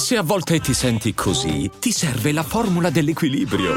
Se a volte ti senti così, ti serve la formula dell'equilibrio.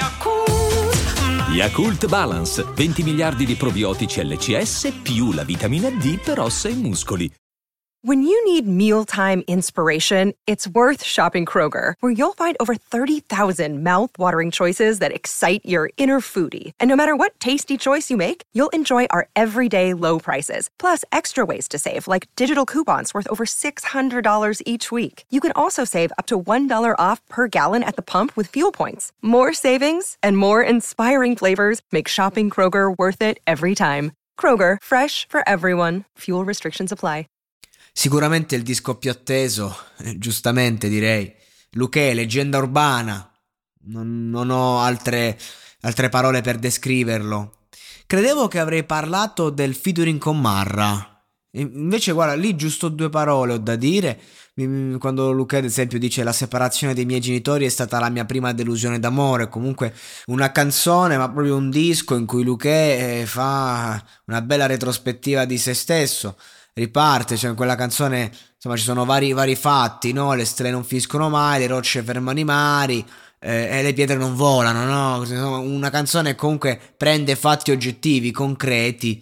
Yakult Balance, 20 miliardi di probiotici LCS più la vitamina D per ossa e muscoli. When you need mealtime inspiration, it's worth shopping Kroger, where you'll find over 30,000 mouth-watering choices that excite your inner foodie. And no matter what tasty choice you make, you'll enjoy our everyday low prices, plus extra ways to save, like digital coupons worth over $600 each week. You can also save up to $1 off per gallon at the pump with fuel points. More savings and more inspiring flavors make shopping Kroger worth it every time. Kroger, fresh for everyone. Fuel restrictions apply. Sicuramente il disco più atteso, giustamente direi, Luchè, leggenda urbana, non ho altre parole per descriverlo. Credevo che avrei parlato del featuring con Marra, invece guarda, lì giusto 2 parole ho da dire. Quando Luchè ad esempio dice: la separazione dei miei genitori è stata la mia prima delusione d'amore, comunque una canzone, ma proprio un disco in cui Luchè fa una bella retrospettiva di se stesso. Riparte, cioè in quella canzone insomma ci sono vari fatti, no? Le stelle non finiscono mai, le rocce fermano i mari, e le pietre non volano, no? Insomma, una canzone che comunque prende fatti oggettivi, concreti.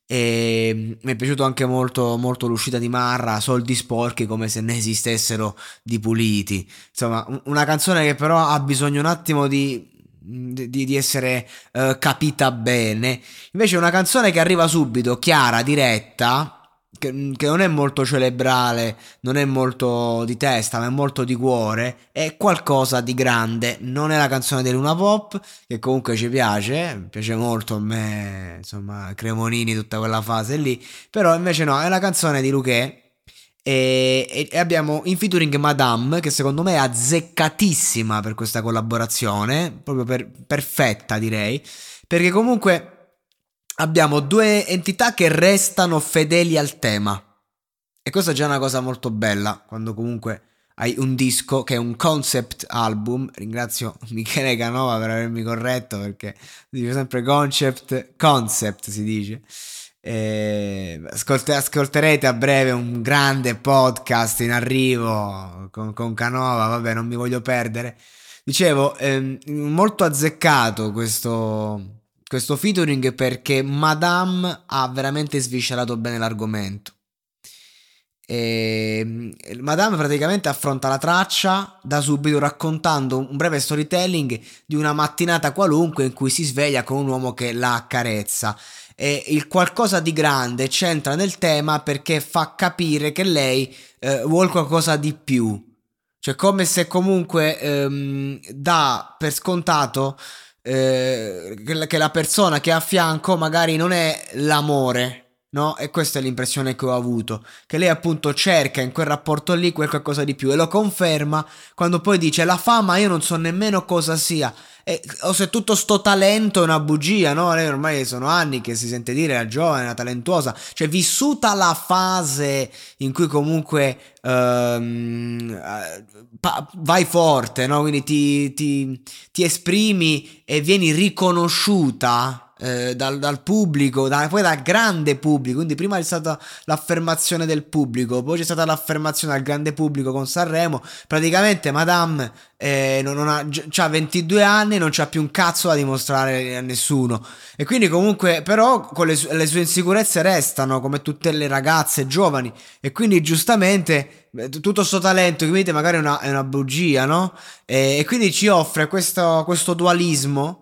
E mi è piaciuto anche molto, molto l'uscita di Marra, soldi sporchi come se ne esistessero di puliti. Insomma, una canzone che però ha bisogno un attimo di essere capita bene. Invece una canzone che arriva subito, chiara, diretta, che non è molto cerebrale, non è molto di testa, ma è molto di cuore, è qualcosa di grande. Non è la canzone di Luna Pop, che comunque ci piace molto a me, insomma, Cremonini, tutta quella fase lì, però invece no, è la canzone di Luchè. E abbiamo in featuring Madame, che secondo me è azzeccatissima per questa collaborazione, proprio perfetta direi, perché comunque abbiamo 2 entità che restano fedeli al tema, e questa è già una cosa molto bella quando comunque hai un disco che è un concept album. Ringrazio Michele Canova per avermi corretto, perché si dice sempre concept si dice. Ascolterete a breve un grande podcast in arrivo con Canova, vabbè, non mi voglio perdere. Dicevo, molto azzeccato questo featuring, perché Madame ha veramente sviscerato bene l'argomento. Madame praticamente affronta la traccia da subito raccontando un breve storytelling di una mattinata qualunque in cui si sveglia con un uomo che la accarezza, e il qualcosa di grande c'entra nel tema perché fa capire che lei vuole qualcosa di più, cioè come se comunque dà per scontato che la persona che ha a fianco magari non è l'amore, no? E questa è l'impressione che ho avuto, che lei appunto cerca in quel rapporto lì quel qualcosa di più, e lo conferma quando poi dice: la fama io non so nemmeno cosa sia, o se tutto sto talento è una bugia, no? Lei ormai sono anni che si sente dire è giovane, è talentuosa, cioè vissuta la fase in cui comunque vai forte, no? Quindi ti esprimi e vieni riconosciuta dal pubblico, poi dal grande pubblico. Quindi prima c'è stata l'affermazione del pubblico, poi c'è stata l'affermazione al grande pubblico con Sanremo. Praticamente Madame c'ha 22 anni, non c'ha più un cazzo da dimostrare a nessuno, e quindi comunque però con le sue insicurezze restano, come tutte le ragazze giovani, e quindi giustamente tutto sto talento che vedete magari è una bugia, no? E quindi ci offre questo dualismo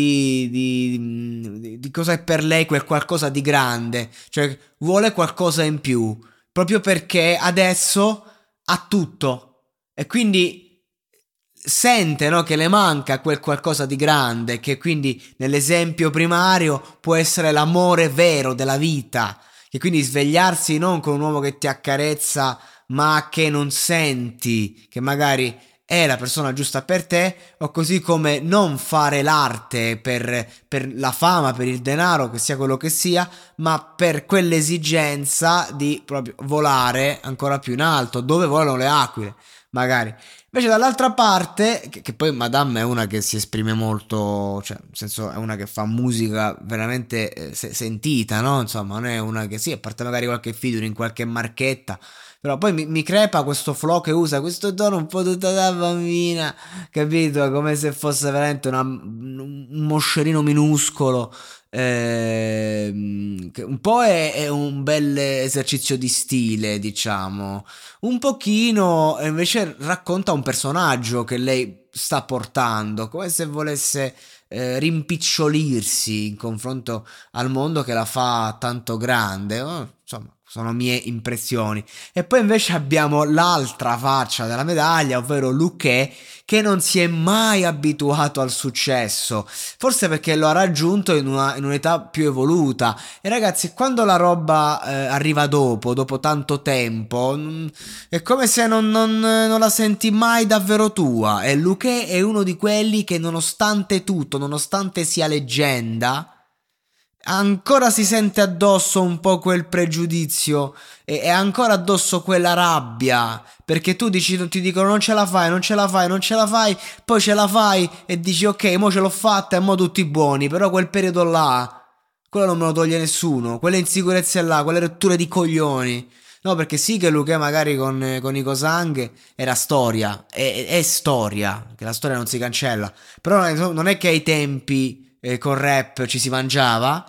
di cosa è per lei quel qualcosa di grande, cioè vuole qualcosa in più proprio perché adesso ha tutto, e quindi sente, no, che le manca quel qualcosa di grande, che quindi nell'esempio primario può essere l'amore vero della vita, che quindi svegliarsi non con un uomo che ti accarezza ma che non senti che magari è la persona giusta per te, o così come non fare l'arte per la fama, per il denaro, che sia quello che sia, ma per quell'esigenza di proprio volare ancora più in alto, dove volano le aquile. magari. Invece dall'altra parte, che poi Madame è una che si esprime molto, cioè, nel senso è una che fa musica veramente sentita, no? Insomma, non è una che sì, a parte magari qualche featuring, qualche marchetta, però poi mi crepa questo flow che usa, questo tono un po' tutta da bambina, capito? Come se fosse veramente un moscerino minuscolo. Che un po' è un bel esercizio di stile, diciamo. Un pochino invece racconta un personaggio che lei sta portando, come se volesse rimpicciolirsi in confronto al mondo che la fa tanto grande. Insomma, sono mie impressioni. E poi invece abbiamo l'altra faccia della medaglia, ovvero Luché, che non si è mai abituato al successo, forse perché lo ha raggiunto in un'età più evoluta. E ragazzi, quando la roba arriva dopo tanto tempo, è come se non la senti mai davvero tua. E Luché è uno di quelli che nonostante tutto, nonostante sia leggenda, ancora si sente addosso un po' quel pregiudizio e ancora addosso quella rabbia, perché tu dici, ti dicono non ce la fai, non ce la fai, non ce la fai, poi ce la fai e dici ok, mo ce l'ho fatta e mo tutti buoni, però quel periodo là, quello non me lo toglie nessuno, quelle insicurezze là, quelle rotture di coglioni. No, perché sì che Luca magari con Ico Sang era storia, è storia, che la storia non si cancella, però non è che ai tempi con rap ci si mangiava,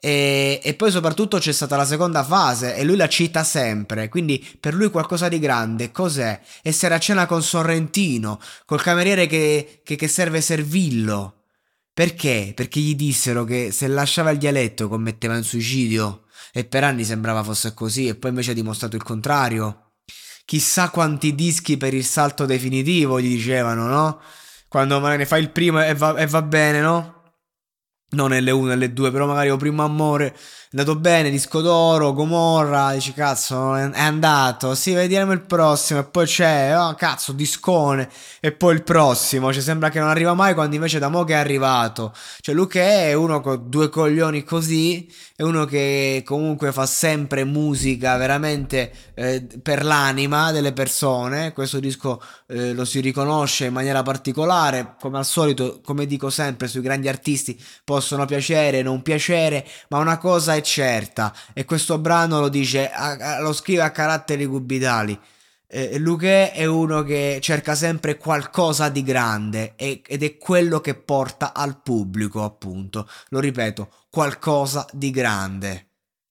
e poi soprattutto c'è stata la seconda fase e lui la cita sempre, quindi per lui qualcosa di grande cos'è? Essere a cena con Sorrentino, col cameriere che serve Servillo. Perché? Perché gli dissero che se lasciava il dialetto commetteva un suicidio e per anni sembrava fosse così e poi invece ha dimostrato il contrario. Chissà quanti dischi per il salto definitivo gli dicevano, no? Quando magari ne fai il primo e va bene, no? Non L1 L2, però magari O Primo Amore è andato bene, disco d'oro, Gomorra, dici cazzo è andato, sì vediamo il prossimo e poi c'è, oh cazzo discone e poi il prossimo, cioè sembra che non arriva mai quando invece da mo' che è arrivato, cioè Luca è uno con due coglioni così, è uno che comunque fa sempre musica veramente per l'anima delle persone, questo disco lo si riconosce in maniera particolare, come al solito, come dico sempre sui grandi artisti possono piacere, non piacere, ma una cosa è certa, e questo brano lo dice, lo scrive a caratteri cubitali. Luché è uno che cerca sempre qualcosa di grande ed è quello che porta al pubblico, appunto. Lo ripeto, qualcosa di grande.